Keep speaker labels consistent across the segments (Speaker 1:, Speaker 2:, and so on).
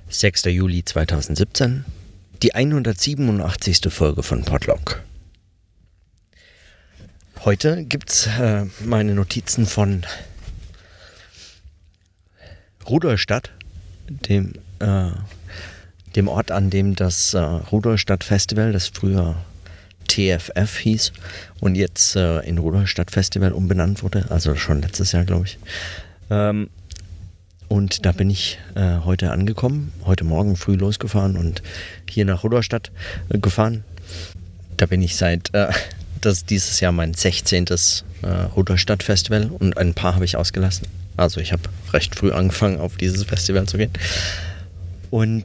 Speaker 1: 6. Juli 2017, die 187. Folge von Podlog. Heute gibt's meine Notizen von Rudolstadt, dem Ort, an dem das Rudolstadt Festival, das früher TFF hieß und jetzt in Rudolstadt Festival umbenannt wurde, also schon letztes Jahr, glaube ich. Und da bin ich heute angekommen, heute Morgen früh losgefahren und hier nach Rudolstadt gefahren. Da bin ich das ist dieses Jahr mein 16. Rudolstadt Festival und ein paar habe ich ausgelassen. Also ich habe recht früh angefangen, auf dieses Festival zu gehen. Und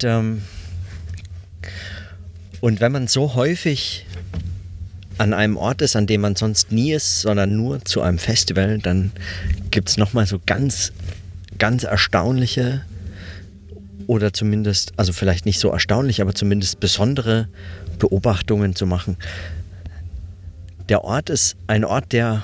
Speaker 1: wenn man so häufig an einem Ort ist, an dem man sonst nie ist, sondern nur zu einem Festival, dann gibt es nochmal so ganz erstaunliche oder zumindest, also vielleicht nicht so erstaunlich, aber zumindest besondere Beobachtungen zu machen. Der Ort ist ein Ort, der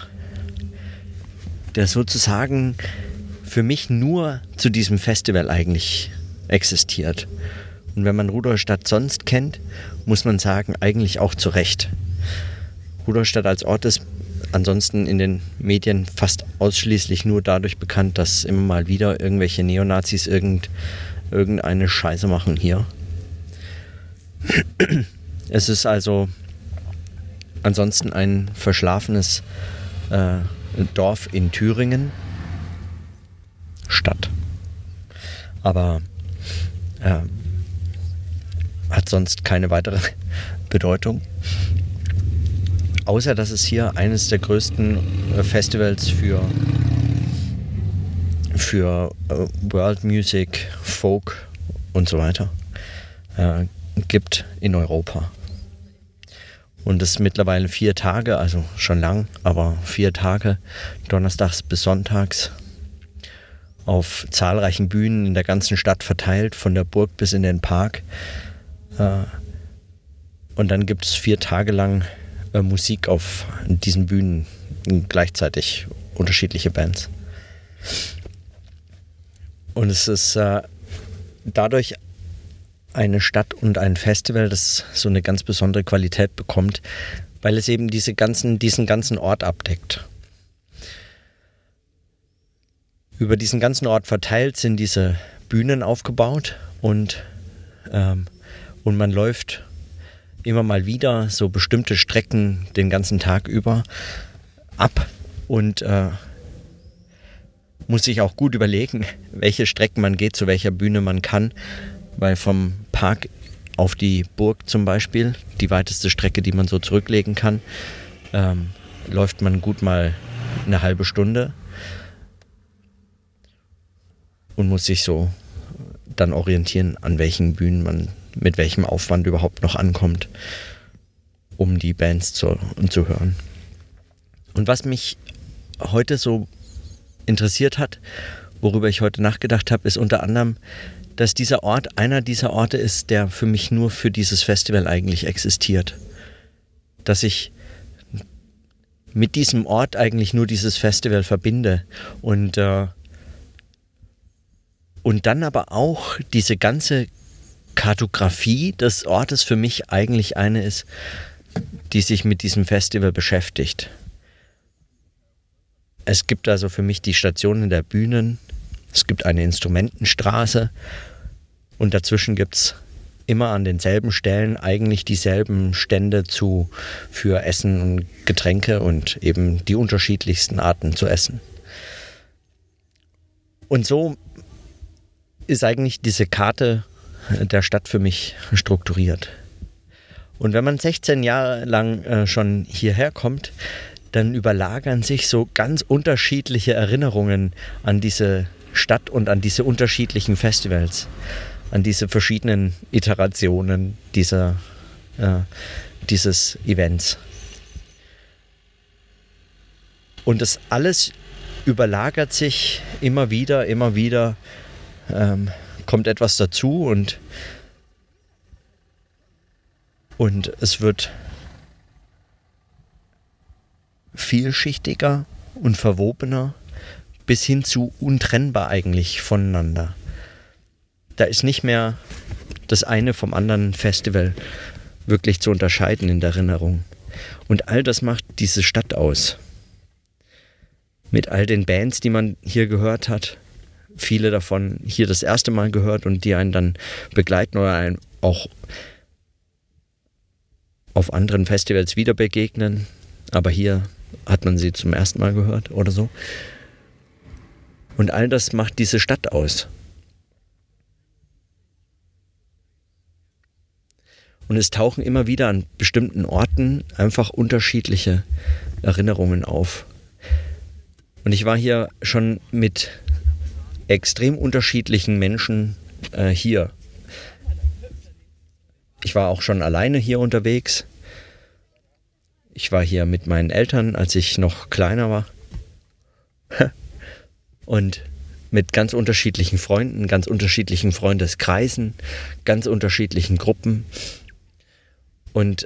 Speaker 1: sozusagen für mich nur zu diesem Festival eigentlich existiert. Und wenn man Rudolstadt sonst kennt, muss man sagen, eigentlich auch zu Recht. Rudolstadt als Ort ist ansonsten in den Medien fast ausschließlich nur dadurch bekannt, dass immer mal wieder irgendwelche Neonazis irgendeine Scheiße machen hier. Es ist also ansonsten ein verschlafenes Dorf in Thüringen. Stadt. Aber hat sonst keine weitere Bedeutung. Außer, dass es hier eines der größten Festivals für World Music, Folk und so weiter gibt in Europa. Und es mittlerweile 4 Tage, also schon lang, aber 4 Tage, donnerstags bis sonntags, auf zahlreichen Bühnen in der ganzen Stadt verteilt, von der Burg bis in den Park. Und dann gibt es 4 Tage lang Musik auf diesen Bühnen, gleichzeitig unterschiedliche Bands. Und es ist dadurch eine Stadt und ein Festival, das so eine ganz besondere Qualität bekommt, weil es eben diesen ganzen Ort abdeckt. Über diesen ganzen Ort verteilt sind diese Bühnen aufgebaut und man läuft immer mal wieder so bestimmte Strecken den ganzen Tag über ab und muss sich auch gut überlegen, welche Strecken man geht, zu welcher Bühne man kann, weil vom Park auf die Burg zum Beispiel, die weiteste Strecke, die man so zurücklegen kann, läuft man gut mal eine halbe Stunde und muss sich so dann orientieren, an welchen Bühnen man mit welchem Aufwand überhaupt noch ankommt, um die Bands zu hören. Und was mich heute so interessiert hat, worüber ich heute nachgedacht habe, ist unter anderem, dass dieser Ort einer dieser Orte ist, der für mich nur für dieses Festival eigentlich existiert. Dass ich mit diesem Ort eigentlich nur dieses Festival verbinde und dann aber auch diese ganze Kartografie des Ortes für mich eigentlich eine ist, die sich mit diesem Festival beschäftigt. Es gibt also für mich die Stationen der Bühnen, es gibt eine Instrumentenstraße und dazwischen gibt es immer an denselben Stellen eigentlich dieselben Stände für Essen und Getränke und eben die unterschiedlichsten Arten zu essen. Und so ist eigentlich diese Karte der Stadt für mich strukturiert. Und wenn man 16 Jahre lang schon hierher kommt, dann überlagern sich so ganz unterschiedliche Erinnerungen an diese Stadt und an diese unterschiedlichen Festivals, an diese verschiedenen Iterationen dieses Events. Und das alles überlagert sich immer wieder, kommt etwas dazu und es wird vielschichtiger und verwobener bis hin zu untrennbar eigentlich voneinander. Da ist nicht mehr das eine vom anderen Festival wirklich zu unterscheiden in der Erinnerung. Und all das macht diese Stadt aus. Mit all den Bands, die man hier gehört hat, viele davon hier das erste Mal gehört und die einen dann begleiten oder einen auch auf anderen Festivals wieder begegnen. Aber hier hat man sie zum ersten Mal gehört oder so. Und all das macht diese Stadt aus. Und es tauchen immer wieder an bestimmten Orten einfach unterschiedliche Erinnerungen auf. Und ich war hier schon mit extrem unterschiedlichen Menschen hier. Ich war auch schon alleine hier unterwegs. Ich war hier mit meinen Eltern, als ich noch kleiner war. Und mit ganz unterschiedlichen Freunden, ganz unterschiedlichen Freundeskreisen, ganz unterschiedlichen Gruppen. Und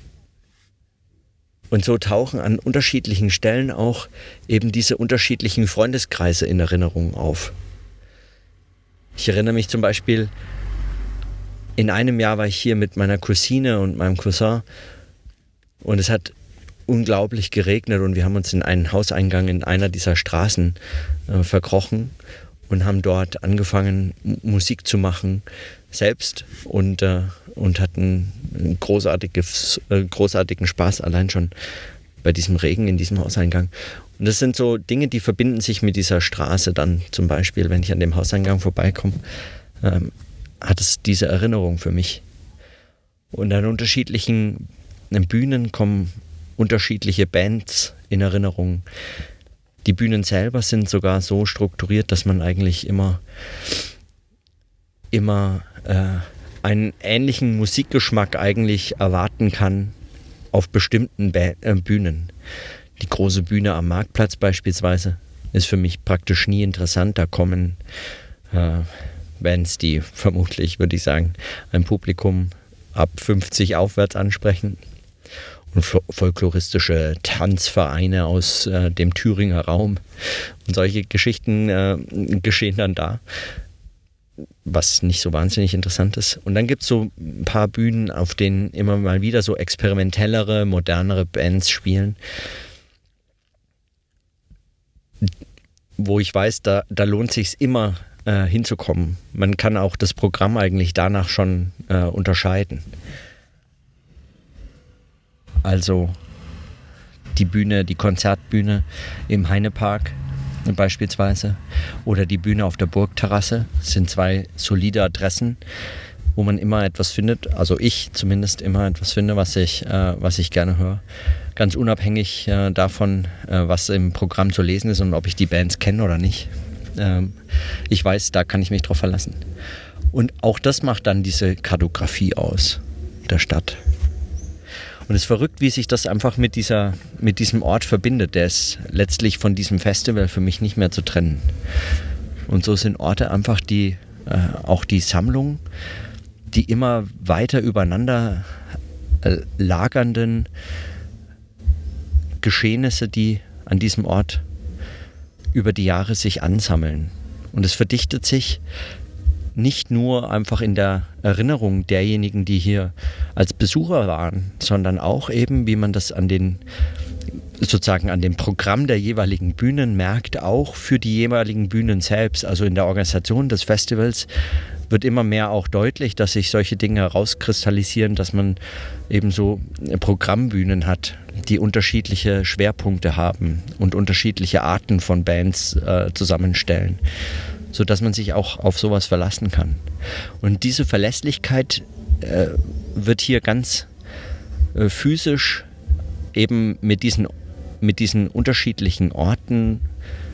Speaker 1: so tauchen an unterschiedlichen Stellen auch eben diese unterschiedlichen Freundeskreise in Erinnerung auf. Ich erinnere mich zum Beispiel, in einem Jahr war ich hier mit meiner Cousine und meinem Cousin und es hat unglaublich geregnet und wir haben uns in einen Hauseingang in einer dieser Straßen verkrochen und haben dort angefangen, Musik zu machen, selbst und hatten einen großartigen Spaß allein schon bei diesem Regen in diesem Hauseingang. Und das sind so Dinge, die verbinden sich mit dieser Straße dann zum Beispiel, wenn ich an dem Hauseingang vorbeikomme, hat es diese Erinnerung für mich. Und an unterschiedlichen Bühnen kommen unterschiedliche Bands in Erinnerung. Die Bühnen selber sind sogar so strukturiert, dass man eigentlich immer einen ähnlichen Musikgeschmack eigentlich erwarten kann auf bestimmten Bühnen. Die große Bühne am Marktplatz beispielsweise ist für mich praktisch nie interessant. Da kommen Bands, die vermutlich, würde ich sagen, ein Publikum ab 50 aufwärts ansprechen. Und folkloristische Tanzvereine aus dem Thüringer Raum. Und solche Geschichten geschehen dann da, was nicht so wahnsinnig interessant ist. Und dann gibt es so ein paar Bühnen, auf denen immer mal wieder so experimentellere, modernere Bands spielen, wo ich weiß, da lohnt es sich immer hinzukommen. Man kann auch das Programm eigentlich danach schon unterscheiden. Also die Konzertbühne im Heinepark beispielsweise oder die Bühne auf der Burgterrasse sind zwei solide Adressen, wo man immer etwas findet, also ich zumindest immer etwas finde, was ich gerne höre. Ganz unabhängig davon, was im Programm zu lesen ist und ob ich die Bands kenne oder nicht. Ich weiß, da kann ich mich drauf verlassen. Und auch das macht dann diese Kartografie aus der Stadt. Und es ist verrückt, wie sich das einfach mit diesem Ort verbindet. Der ist letztlich von diesem Festival für mich nicht mehr zu trennen. Und so sind Orte einfach auch die Sammlung, die immer weiter übereinander lagernden Geschehnisse, die an diesem Ort über die Jahre sich ansammeln. Und es verdichtet sich nicht nur einfach in der Erinnerung derjenigen, die hier als Besucher waren, sondern auch eben, wie man das an dem Programm der jeweiligen Bühnen merkt, auch für die jeweiligen Bühnen selbst. Also in der Organisation des Festivals wird immer mehr auch deutlich, dass sich solche Dinge herauskristallisieren, dass man eben so Programmbühnen hat, die unterschiedliche Schwerpunkte haben und unterschiedliche Arten von Bands zusammenstellen, sodass man sich auch auf sowas verlassen kann. Und diese Verlässlichkeit wird hier ganz physisch eben mit diesen unterschiedlichen Orten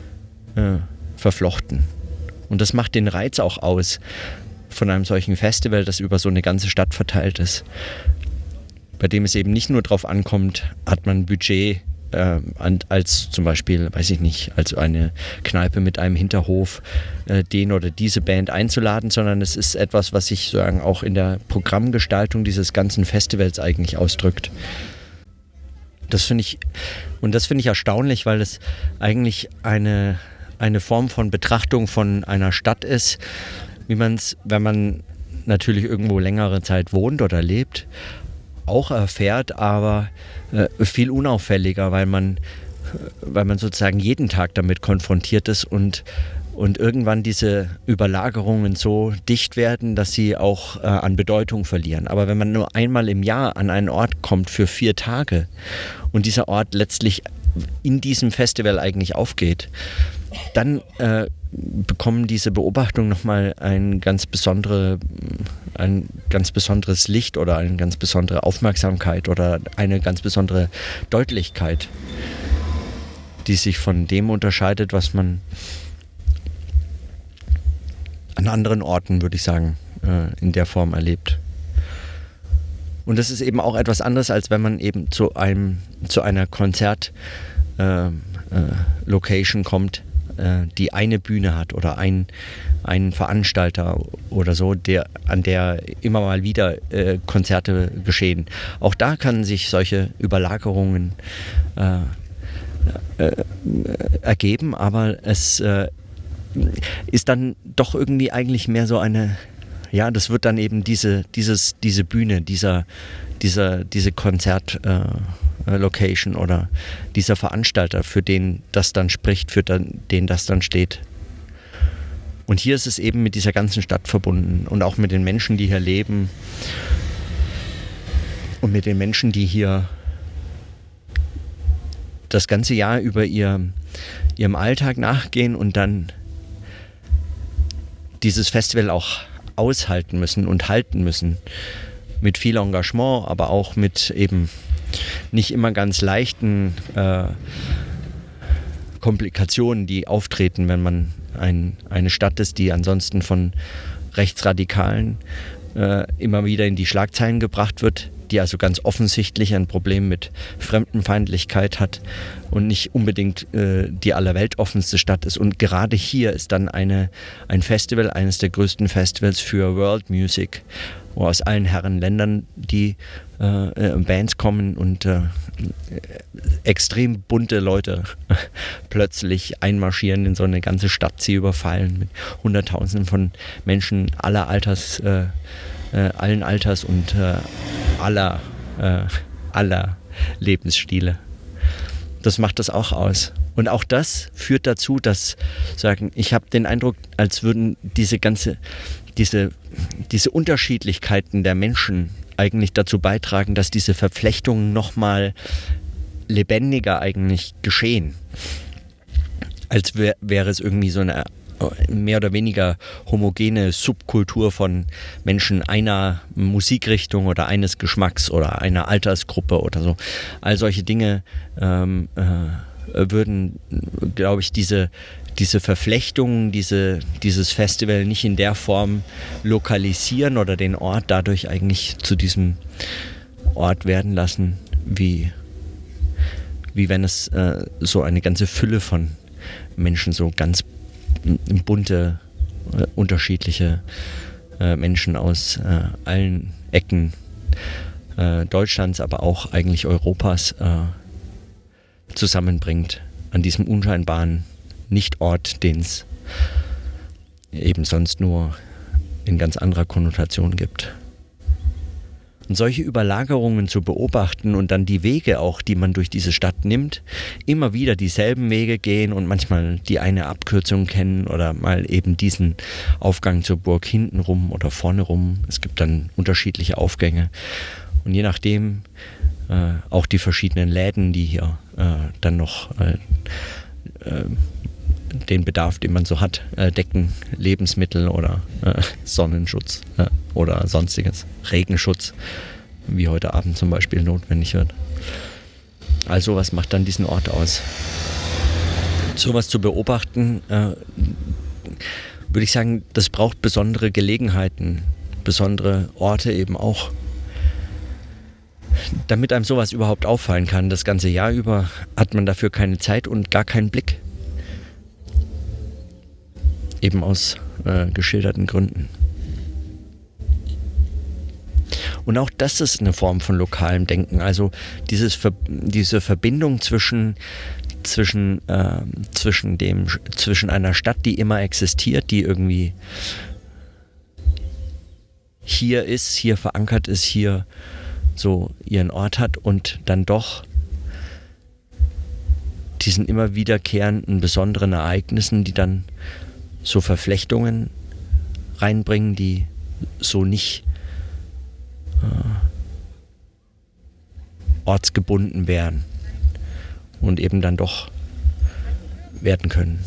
Speaker 1: verflochten. Und das macht den Reiz auch aus von einem solchen Festival, das über so eine ganze Stadt verteilt ist, bei dem es eben nicht nur darauf ankommt, hat man ein Budget als zum Beispiel, weiß ich nicht, als eine Kneipe mit einem Hinterhof den oder diese Band einzuladen, sondern es ist etwas, was sich sozusagen auch in der Programmgestaltung dieses ganzen Festivals eigentlich ausdrückt. Das finde ich erstaunlich, weil es eigentlich eine Form von Betrachtung von einer Stadt ist, wie man es, wenn man natürlich irgendwo längere Zeit wohnt oder lebt, auch erfährt, aber viel unauffälliger, weil man sozusagen jeden Tag damit konfrontiert ist und irgendwann diese Überlagerungen so dicht werden, dass sie auch an Bedeutung verlieren. Aber wenn man nur einmal im Jahr an einen Ort kommt für 4 Tage und dieser Ort letztlich in diesem Festival eigentlich aufgeht, dann bekommen diese Beobachtungen nochmal ein ganz besonderes Licht oder eine ganz besondere Aufmerksamkeit oder eine ganz besondere Deutlichkeit, die sich von dem unterscheidet, was man an anderen Orten, würde ich sagen, in der Form erlebt. Und das ist eben auch etwas anderes, als wenn man eben zu einer Konzert-Location kommt, die eine Bühne hat oder einen Veranstalter oder so, an der immer mal wieder Konzerte geschehen. Auch da kann sich solche Überlagerungen ergeben, aber es ist dann doch irgendwie eigentlich mehr so das wird dann eben diese Bühne, diese Konzert-Location oder dieser Veranstalter, für den das dann spricht, für den das dann steht. Und hier ist es eben mit dieser ganzen Stadt verbunden und auch mit den Menschen, die hier leben und mit den Menschen, die hier das ganze Jahr über ihrem Alltag nachgehen und dann dieses Festival auch aushalten müssen und halten müssen. Mit viel Engagement, aber auch mit eben nicht immer ganz leichten Komplikationen, die auftreten, wenn man eine Stadt ist, die ansonsten von Rechtsradikalen immer wieder in die Schlagzeilen gebracht wird, die also ganz offensichtlich ein Problem mit Fremdenfeindlichkeit hat und nicht unbedingt die allerweltoffenste Stadt ist. Und gerade hier ist dann ein Festival, eines der größten Festivals für World Music, wo aus allen Herren Ländern die Bands kommen und extrem bunte Leute plötzlich einmarschieren in so eine ganze Stadt, sie überfallen mit Hunderttausenden von Menschen allen Alters und aller Lebensstile. Das macht das auch aus. Und auch das führt dazu, dass ich habe den Eindruck, als würden diese Unterschiedlichkeiten der Menschen eigentlich dazu beitragen, dass diese Verflechtungen nochmal lebendiger eigentlich geschehen. Als wäre es irgendwie so eine mehr oder weniger homogene Subkultur von Menschen einer Musikrichtung oder eines Geschmacks oder einer Altersgruppe oder so. All solche Dinge würden, glaube ich, diese Verflechtungen, dieses Festival nicht in der Form lokalisieren oder den Ort dadurch eigentlich zu diesem Ort werden lassen, wie wenn es so eine ganze Fülle von Menschen, so ganz bunte, unterschiedliche Menschen aus allen Ecken Deutschlands, aber auch eigentlich Europas zusammenbringt an diesem unscheinbaren Nichtort, den es eben sonst nur in ganz anderer Konnotation gibt. Und solche Überlagerungen zu beobachten und dann die Wege auch, die man durch diese Stadt nimmt, immer wieder dieselben Wege gehen und manchmal die eine Abkürzung kennen oder mal eben diesen Aufgang zur Burg hinten rum oder vorne rum. Es gibt dann unterschiedliche Aufgänge und je nachdem auch die verschiedenen Läden, die hier dann noch den Bedarf, den man so hat, decken, Lebensmittel oder Sonnenschutz oder sonstiges, Regenschutz, wie heute Abend zum Beispiel notwendig wird. Also was macht dann diesen Ort aus? Sowas zu beobachten, würde ich sagen, das braucht besondere Gelegenheiten, besondere Orte eben auch. Damit einem sowas überhaupt auffallen kann, das ganze Jahr über, hat man dafür keine Zeit und gar keinen Blick. Eben aus geschilderten Gründen. Und auch das ist eine Form von lokalem Denken. Also diese Verbindung zwischen einer Stadt, die immer existiert, die irgendwie hier ist, hier verankert ist, hier so ihren Ort hat und dann doch diesen immer wiederkehrenden besonderen Ereignissen, die dann so Verflechtungen reinbringen, die so nicht ortsgebunden wären und eben dann doch werden können.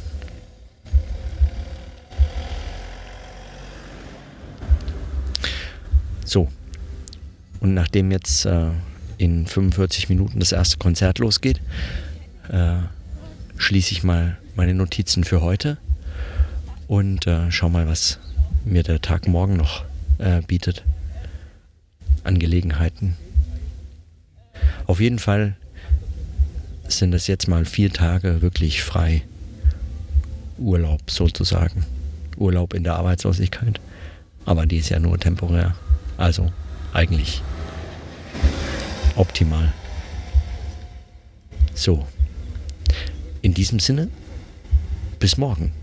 Speaker 1: So, und nachdem jetzt in 45 Minuten das erste Konzert losgeht, schließe ich mal meine Notizen für heute und schau mal, was mir der Tag morgen noch bietet an Gelegenheiten. Auf jeden Fall sind es jetzt mal 4 Tage wirklich frei. Urlaub sozusagen. Urlaub in der Arbeitslosigkeit. Aber die ist ja nur temporär. Also eigentlich optimal. So. In diesem Sinne, bis morgen.